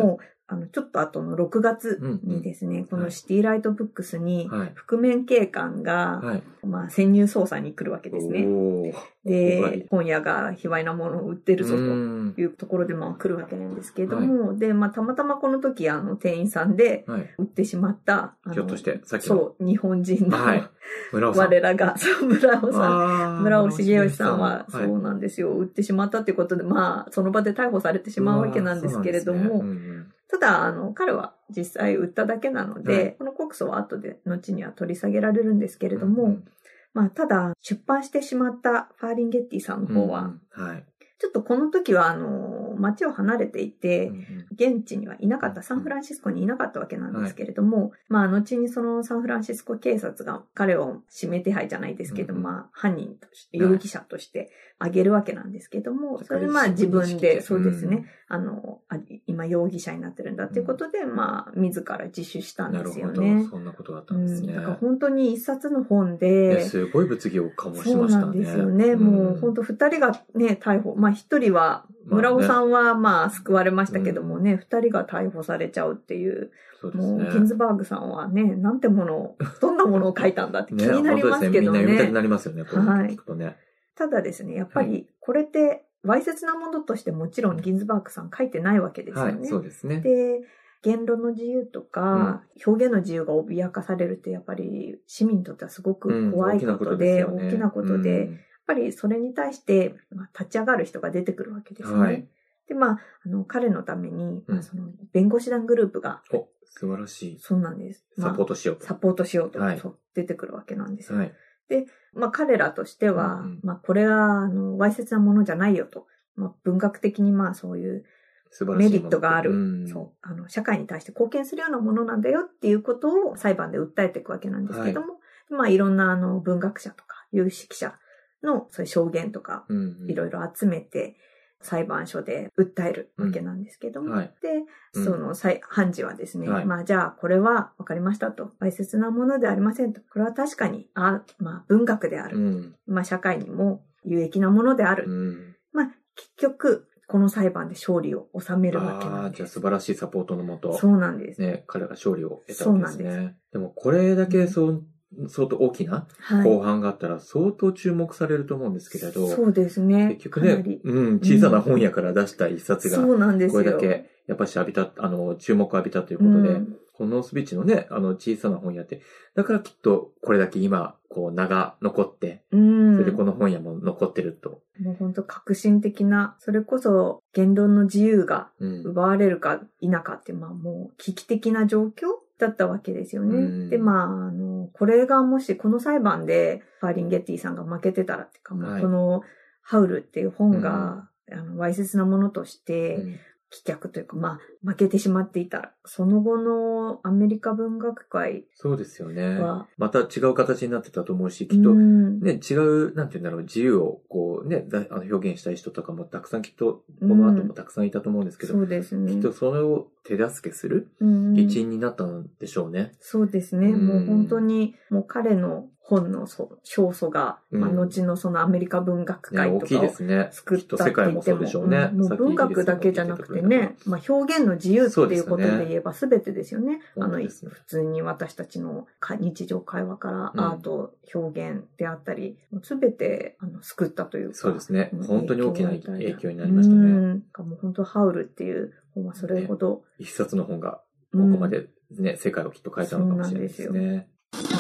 あの、ちょっと後のろくがつにですね、うんうん、このシティライトブックスに、覆面警官が、はい、まあ、潜入捜査に来るわけですね。で、本屋が卑猥なものを売ってるぞというところで、まあ、来るわけなんですけれども、はい、で、まあ、たまたまこの時、あの、店員さんで、売ってしまった、 はい、ひょっとして、さっきの、そう、日本人の、はい、我らが、そう、村尾さん、村尾重義さんは、そうなんですよ、売ってしまったということで、まあ、その場で逮捕されてしまうわけなんですけれども、ただ、あの、彼は実際売っただけなので、はい、この告訴は後で、後には取り下げられるんですけれども、うんうん、まあ、ただ、出版してしまったファーリンゲッティさんの方は、うんはい、ちょっとこの時は、あの、街を離れていて、うんうん、現地にはいなかった、サンフランシスコにいなかったわけなんですけれども、はい、まあ、後にそのサンフランシスコ警察が彼を指名手配じゃないですけど、うんうん、まあ、犯人として、容疑者として挙げるわけなんですけども、はい、それでまあ自分で、そうですね、うん、あの、今容疑者になってるんだっていうことで、うん、まあ、自ら自首したんですよね。 なるほど、そんなことだったんですね。 うん、だから本当に一冊の本で、 すごい物議を醸しましたね。 そうなんですよね。うん、もう本当二人がね、逮捕、まあ一人は、村尾さんはまあ救われましたけどもね、二、うん、人が逮捕されちゃうっていう。そうですね、もうギンズバーグさんはね、なんてものを、どんなものを書いたんだって気になりますけどね。ね、 みんな読みたくなりますよね、こう聞くとね。はい、 ただですね、やっぱりこれって、わいせつなものとしてもちろんギンズバーグさん書いてないわけですよね。はい、 そうですね。 で、言論の自由とか、うん、表現の自由が脅かされるってやっぱり市民にとってはすごく怖いことで、うん、大きなことで、うん、やっぱりそれに対して、まあ、立ち上がる人が出てくるわけですね。はい、で、まあ、あの、彼のために、まあ、その弁護士団グループが、 お、素晴らしい。 そうなんです。 まあ、サポートしようと。 サポートしようと、はい、そう出てくるわけなんですよ。はい、で、まあ、彼らとしては、うんうん、まあ、これは、あの、わいせつなものじゃないよと。まあ、文学的にまあそういうメリットがある、うん、そう、あの、社会に対して貢献するようなものなんだよっていうことを裁判で訴えていくわけなんですけども、はい、まあいろんなあの文学者とか有識者のそういう証言とか、いろいろ集めて裁判所で訴えるわけなんですけども、うんはい、で、その判事はですね、はい、まあじゃあこれは分かりましたと、わいせつなものではありませんと、これは確かに、あ、まあ文学である、うん、まあ社会にも有益なものである、うんまあ、結局、この裁判で勝利を収めるわけなんです。ああ、 じゃあ素晴らしいサポートのもと。 そうなんです。 ね、彼が勝利を得たわけですね。そうなんです。でもこれだけそう、うん、相当大きな後半があったら相当注目されると思うんですけれど。 そうですね。 結局ね、うん、小さな本屋から出した一冊が、そうなんですよ。これだけ、やっぱし浴びた、あの、注目を浴びたということで、うんこのノースビーチのね、あの小さな本屋って、だからきっとこれだけ今、こう名が残って、うん、それでこの本屋も残ってると。 もう本当革新的な、それこそ言論の自由が奪われるか否かって、まあもう危機的な状況だったわけですよね。うん、で、まあ、あの、これがもしこの裁判でファーリンゲッティさんが負けてたらっていうか、はい、このハウルっていう本が、うん、あの、わいせつなものとして、うん棄却というか、まあ、負けてしまっていたら、その後のアメリカ文学界そうですよね。また違う形になってたと思うし、きっと、ね、違う、なんていうんだろう、自由をこうね、あの表現したい人とかもたくさんきっと、この後もたくさんいたと思うんですけど、 そうですね。 きっとそれを手助けする一員になったんでしょうね。 そうですね。もう本当に、もう彼の本の勝訴が、うん、まあ、後のそのアメリカ文学界とかを作ったって言っても、ね、大きいですね。きっと世界もそうでしょうね。もう文学だけじゃなくてね、まあ、表現の自由っていうことで言えば全てですよね。あの、普通に私たちの日常会話からアート、表現であったり、全てあの救ったというか。 そうですね。本当に大きな影響になりましたね。うん。 もう本当ハウルっていう本はそれほど。 ね、一冊の本がここまでね、うん、世界をきっと変えたのかもしれないですね。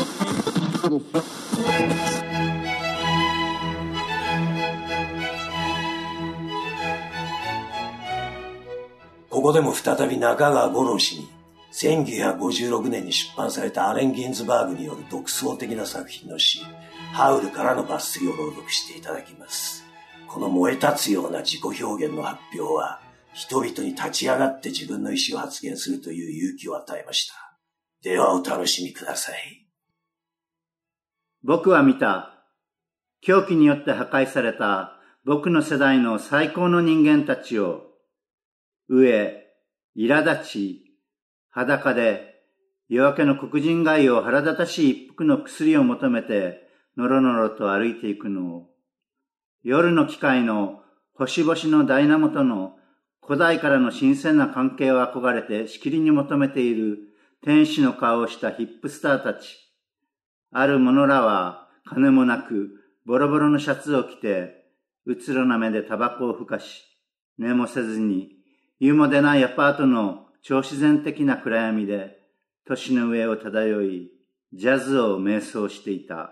ここでも再び中川五郎氏にせんきゅうひゃくごじゅうろくねんに出版されたアレン・ギンズバーグによる独創的な作品の詩、ハウルからの抜粋を朗読していただきます。この燃え立つような自己表現の発表は、人々に立ち上がって自分の意思を発言するという勇気を与えました。ではお楽しみください。 僕は見た。狂気によって破壊された僕の世代の最高の人間たちを、飢え、苛立ち、裸で夜明けの黒人街を腹立たしい一服の薬を求めてのろのろと歩いていくのを、夜の機械の星々のダイナモとの古代からの新鮮な関係を憧れてしきりに求めている天使の顔をしたヒップスターたち。ある者らは金もなくボロボロのシャツを着て、うつろな目でタバコをふかし、寝もせずに湯も出ないアパートの超自然的な暗闇で都市の上を漂い、ジャズを瞑想していた。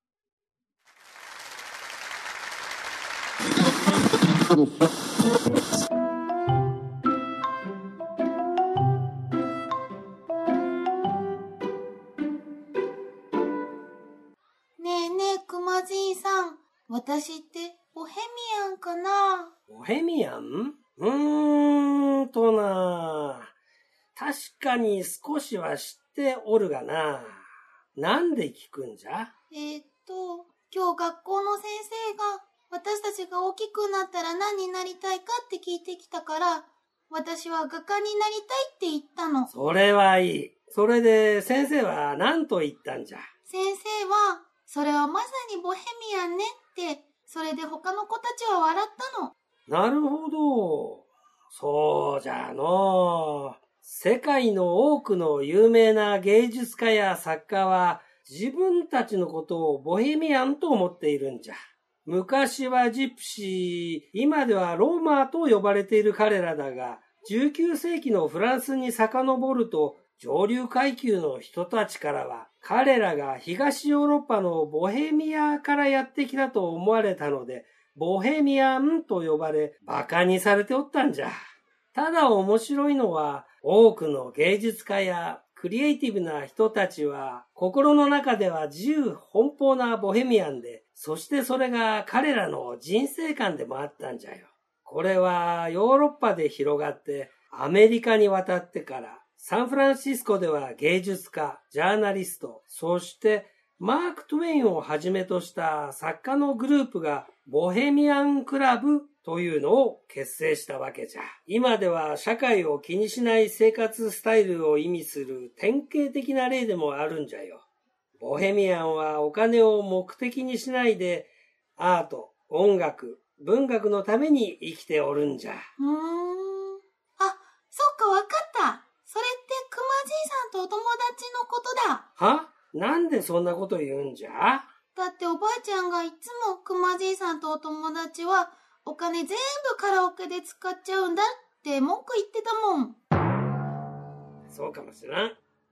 ねえねえ、くまじいさん。私ってボヘミアンかな？ ボヘミアン？うーんとな。確かに少しは知っておるがな。なんで聞くんじゃ？ えー、っと、今日学校の先生が私たちが大きくなったら何になりたいかって聞いてきたから、私は画家になりたいって言ったの。 それはいい。それで先生は何と言ったんじゃ？ 先生は、それはまさにボヘミアンねって、それで他の子たちは笑ったの。 なるほど。そうじゃの。世界の多くの有名な芸術家や作家は自分たちのことをボヘミアンと思っているんじゃ。昔はジプシー、今ではローマーと呼ばれている彼らだが、じゅうきゅうせいきのフランスに遡ると、上流階級の人たちからは、彼らが東ヨーロッパのボヘミアからやってきたと思われたので、ボヘミアンと呼ばれ、馬鹿にされておったんじゃ。ただ面白いのは、多くの芸術家やクリエイティブな人たちは、心の中では自由奔放なボヘミアンで、そしてそれが彼らの人生観でもあったんじゃよ。これはヨーロッパで広がって、アメリカに渡ってから、サンフランシスコでは芸術家、ジャーナリスト、そしてマーク・トゥエインをはじめとした作家のグループがボヘミアンクラブというのを結成したわけじゃ。今では社会を気にしない生活スタイルを意味する典型的な例でもあるんじゃよ。ボヘミアンはお金を目的にしないでアート、音楽、文学のために生きておるんじゃ。 うーん。あ、そっかわかった。それってくまじいさんとお友達のことだ。 は？なんでそんなこと言うんじゃ？ だっておばあちゃんがいつもくまじいさんとお友達はお金全部カラオケで使っちゃうんだって文句言ってたもん。 そうかもしらん。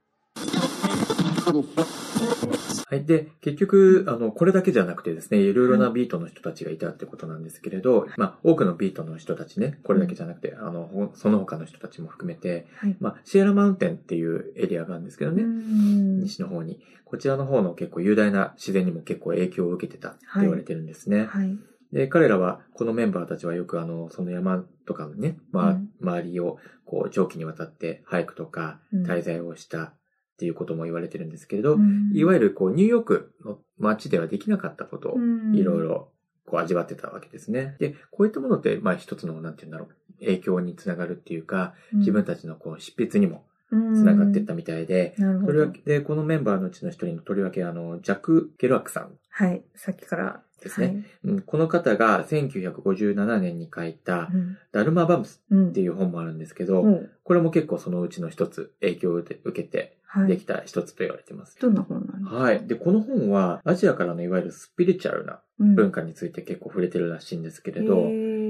はい。で、結局、あの、これだけじゃなくてですね、いろいろなビートの人たちがいたってことなんですけれど、まあ、多くのビートの人たちね、これだけじゃなくて、あの、その他の人たちも含めて、はい、まあ、シエラマウンテンっていうエリアがあるんですけどね、西の方に。こちらの方の結構雄大な自然にも結構影響を受けてたって言われてるんですね。はいはい、で、彼らは、このメンバーたちはよくあの、その山とかのね、まあ、うん、周りを、こう、長期にわたって俳句とか滞在をした、うんっていうことも言われてるんですけれど、うん、いわゆるこうニューヨークの街ではできなかったことをいろいろこう味わってたわけですね。で、こういったものってまあ一つのなんていうんだろう影響につながるっていうか、うん、自分たちのこう執筆にもつながっていったみたいで、うん、とりわけでこのメンバーのうちの一人のとりわけあのジャック・ケルアクさん、 はい、さっきからですね、はいうん。この方がせんきゅうひゃくごじゅうななねんに書いた、うん、ダルマバムスっていう本もあるんですけど、うん、これも結構そのうちの一つ影響を受けてできた一つと言われています。 どんな本なんですか？ はい。で、この本はアジアからのいわゆるスピリチュアルな文化について結構触れてるらしいんですけれど、うん、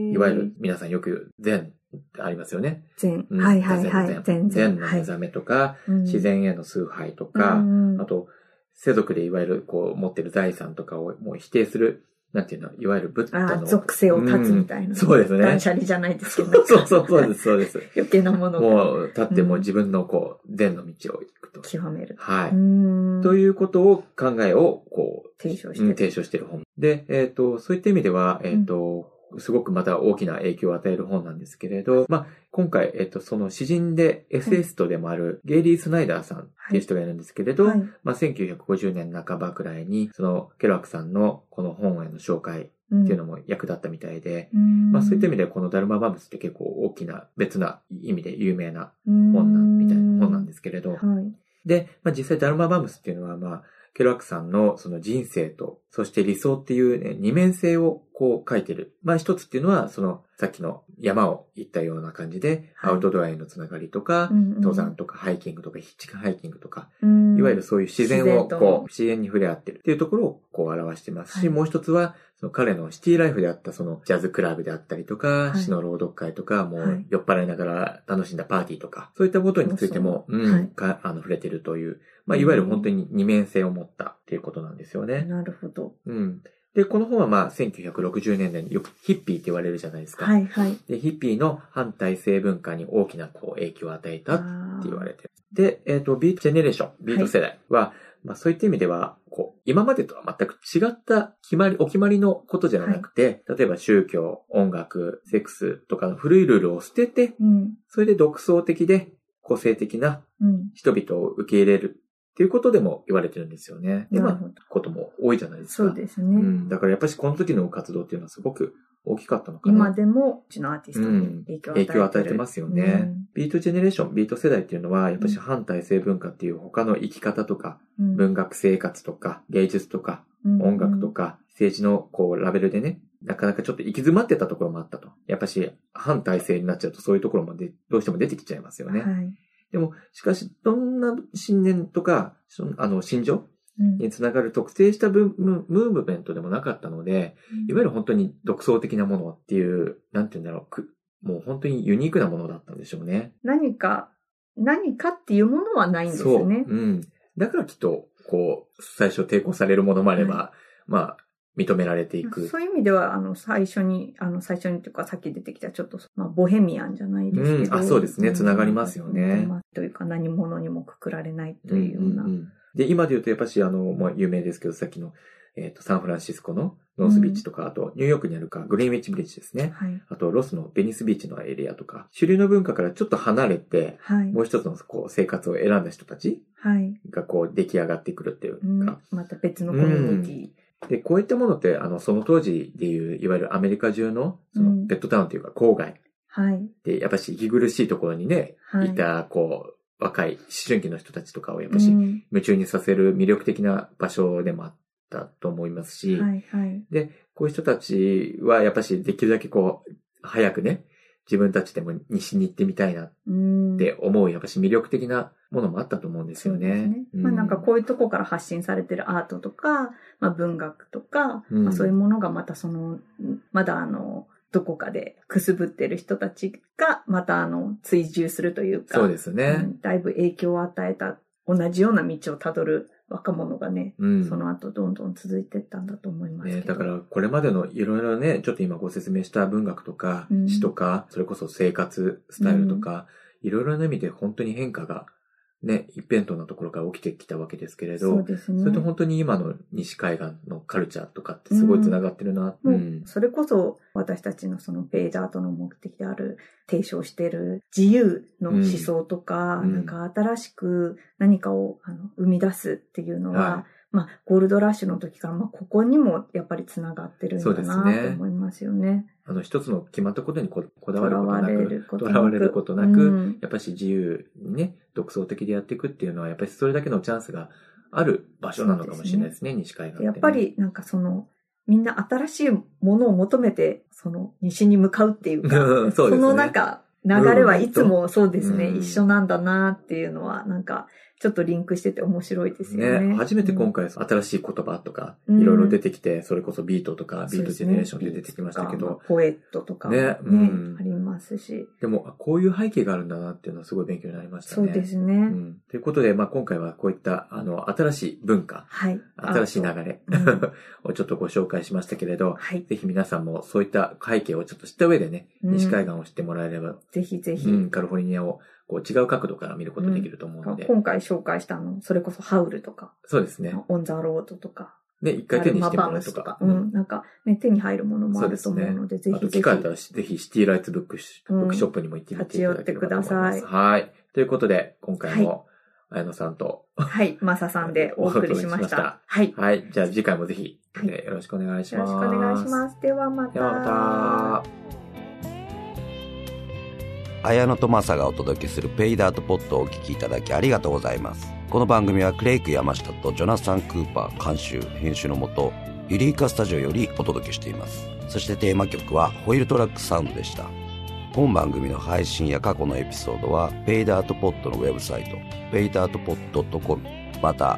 いわゆる皆さんよく禅ありますよね。 禅。うん、はいはいはい。 禅。禅の目覚めとか、はい、自然への崇拝とか、うん、あと、世俗でいわゆるこう持ってる財産とかをもう否定する、なんていうの、いわゆるブッダの。 属性を断つみたいな、うん。 そうですね。 断捨離じゃないですけど。 そうそうそうです、そうです。 余計なものが。 もう、立ってもう自分のこう、禅の道を行くと。 極める。 はい。ということを、考えを、こう、 提唱してる。 うん、提唱してる本。で、えっ、ー、と、そういった意味では、えっ、ー、と、うん、すごくまた大きな影響を与える本なんですけれど、まあ、今回、えっと、その詩人でエッセイストでもあるゲイリー・スナイダーさんっていう人がいるんですけれど、はい、まあ、せんきゅうひゃくごじゅうねんなかばくらいに、そのケルアクさんのこの本への紹介っていうのも役立ったみたいで、うん、まあ、そういった意味でこのダルマバムスって結構大きな別な意味で有名な本なんみたいな本なんですけれど、はい、で、まあ、実際ダルマバムスっていうのは、まあ、ケルアクさんのその人生と、そして理想っていうね、二面性をこう書いてる。まあ一つっていうのは、そのさっきの山を行ったような感じで、はい、アウトドアへのつながりとか、うんうん、登山とかハイキングとかヒッチハイキングとか、うん、いわゆるそういう自然をこう、自然に触れ合ってるっていうところをこう表してますし、はい、もう一つは、その彼のシティライフであったそのジャズクラブであったりとか、はい、詩の朗読会とか、もう酔っ払いながら楽しんだパーティーとか、そういったことについても、そうそううん、はい、かあの触れてるという、まあ、いわゆる本当に二面性を持ったっていうことなんですよね。 なるほど。 うん。で、この本はまあ、せんきゅうひゃくろくじゅうねんだいによくヒッピーって言われるじゃないですか。 はいはい。 で、ヒッピーの反体制文化に大きなこう影響を与えたって言われてる。で、えっ、ー、と、ビートジェネレーション、ビート世代は、はい、まあそういった意味では、こう、今までとは全く違った決まり、お決まりのことじゃなくて、はい、例えば宗教、音楽、セックスとかの古いルールを捨てて、うん、それで独創的で個性的な人々を受け入れる。っていうことでも言われてるんですよね。今ことも多いじゃないですか。 そうですね。 うん。だからやっぱりこの時の活動っていうのはすごく大きかったのかな。 今でもうちのアーティストに影響を与えてる、うん、影響を与えてますよね、うん。ビートジェネレーション、ビート世代っていうのはやっぱり反体制文化っていう他の生き方とか、うん、文学生活とか芸術とか、うん、音楽とか政治のこうラベルでね、なかなかちょっと行き詰まってたところもあったと。やっぱし反体制になっちゃうとそういうところまでどうしても出てきちゃいますよね。はい。でも、しかし、どんな信念とか、あの、信条につながる特定したムーブメントでもなかったので、うん、いわゆる本当に独創的なものっていう、なんていうんだろう、もう本当にユニークなものだったんでしょうね。 何か、何かっていうものはないんですね。そう。うん。 だからきっと、こう、最初抵抗されるものもあれば、はい、まあ、認められていく。 そういう意味では、あの、最初に、あの、最初にというか、さっき出てきた、ちょっと、まあ、ボヘミアンじゃないですけど。 うん、あ、そうですね。つながりますよね。 うん、というか、何者にもくくられないというような。 うんうんうん、で、今で言うと、やっぱし、あの、まあ、有名ですけど、さっきの、えっと、サンフランシスコのノースビーチとか、うん、あと、ニューヨークにあるか、グリーンウィッチブリッジですね。はい。あと、ロスのベニスビーチのエリアとか、主流の文化からちょっと離れて、はい。もう一つの、こう、生活を選んだ人たち。はい。が、こう、出来上がってくるっていうか。うん、 また別のコミュニティ。うんで、こういったものって、あの、その当時でいう、いわゆるアメリカ中の、その、ペットタウンというか、郊外。はい。で、やっぱし、息苦しいところにね、はい、いた、こう、若い思春期の人たちとかを、やっぱし、夢中にさせる魅力的な場所でもあったと思いますし、はいはい。で、こういう人たちは、やっぱし、できるだけこう、早くね、自分たちでも西に行ってみたいなって思う、やっぱし魅力的なものもあったと思うんですよね。そうですね。 うん、まあなんかこういうとこから発信されてるアートとか、まあ文学とか、うん、まあそういうものがまたその、まだあの、どこかでくすぶってる人たちがまたあの、追従するというか、 そうですね、うん。 だいぶ影響を与えた、同じような道をたどる若者がね、うん、その後どんどん続いていったんだと思いますけど。 ね、だからこれまでのいろいろね、ちょっと今ご説明した文学とか、うん、詩とか、それこそ生活スタイルとか、いろいろな意味で本当に変化がね、一辺倒なところから起きてきたわけですけれど、そうですね。それと本当に今の西海岸のカルチャーとかってすごい繋がってるな。 うん。うん、それこそ私たちのそのペイダートの目的である提唱している自由の思想とか、うん、なんか新しく何かをあの生み出すっていうのは、はい、まあ、ゴールドラッシュの時から、まあ、ここにもやっぱり繋がってるんだなと思いますよね。 あの、一つの決まったことにこだわることなく、とらわれることなく、うん、やっぱし自由にね、独創的でやっていくっていうのは、やっぱりそれだけのチャンスがある場所なのかもしれないですね、すね西海岸って、ね。 やっぱりなんかその、みんな新しいものを求めて、その、西に向かうっていうか、そうですね、そのなんか、流れはいつもそうですね、うん、一緒なんだなっていうのは、なんか、ちょっとリンクしてて面白いですよね。 ね、初めて今回、新しい言葉とか、いろいろ出てきて、うん、それこそビートとか、ビートジェネレーションで出てきましたけど。 ね、ポエットとかもね、ね、うん、ありますし。 でも、こういう背景があるんだなっていうのはすごい勉強になりましたね。 そうですね。うん、 ということで、まあ今回はこういった、あの、新しい文化、はい、新しい流れ、うん、をちょっとご紹介しましたけれど、はい、ぜひ皆さんもそういった背景をちょっと知った上でね、うん、西海岸を知ってもらえれば、 ぜひぜひ、 うん、カリフォルニアをこう違う角度から見ることできると思うので、 うん、今回紹介したの、それこそハウルとか、 そうですね。 オンザロードとか、 ね、一回手にしてもらうとか、 うん、なんかね、手に入るものもあると思うので、ぜひぜひ。あと機会あったらぜひシティライツブックショップにも行ってみていただければと思います。立ち寄ってください。はい。ということで、今回も、綾野さんと、 はい、マサさんでお送りしました。 はい。はい。じゃあ次回もぜひ、はい、よろしくお願いします。 よろしくお願いします。ではまた。 ではまた。 綾野とマサがお届けするペイダートポッドをお聞きいただきありがとうございます。この番組はクレイク山下とジョナサン・クーパー監修編集のもと、ユリーカスタジオよりお届けしています。そしてテーマ曲はホイールトラックサウンドでした。 本番組の配信や過去のエピソードはペイダートポッドのウェブサイトペイダートポッド ドットコム、 また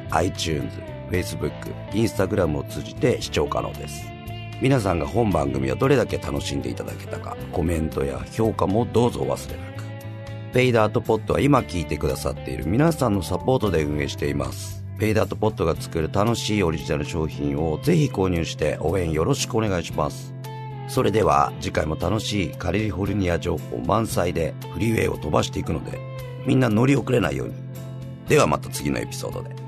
iTunes、Facebook、Instagram を通じて視聴可能です。皆さんが本番組をどれだけ楽しんでいただけたか、コメントや評価もどうぞお忘れなく。ペイダートポッドは今聞いてくださっている皆さんのサポートで運営しています。ペイダートポッドが作る楽しいオリジナル商品をぜひ購入して応援よろしくお願いします。それでは次回も楽しいカリフォルニア情報満載でフリーウェイを飛ばしていくので、みんな乗り遅れないように。ではまた次のエピソードで。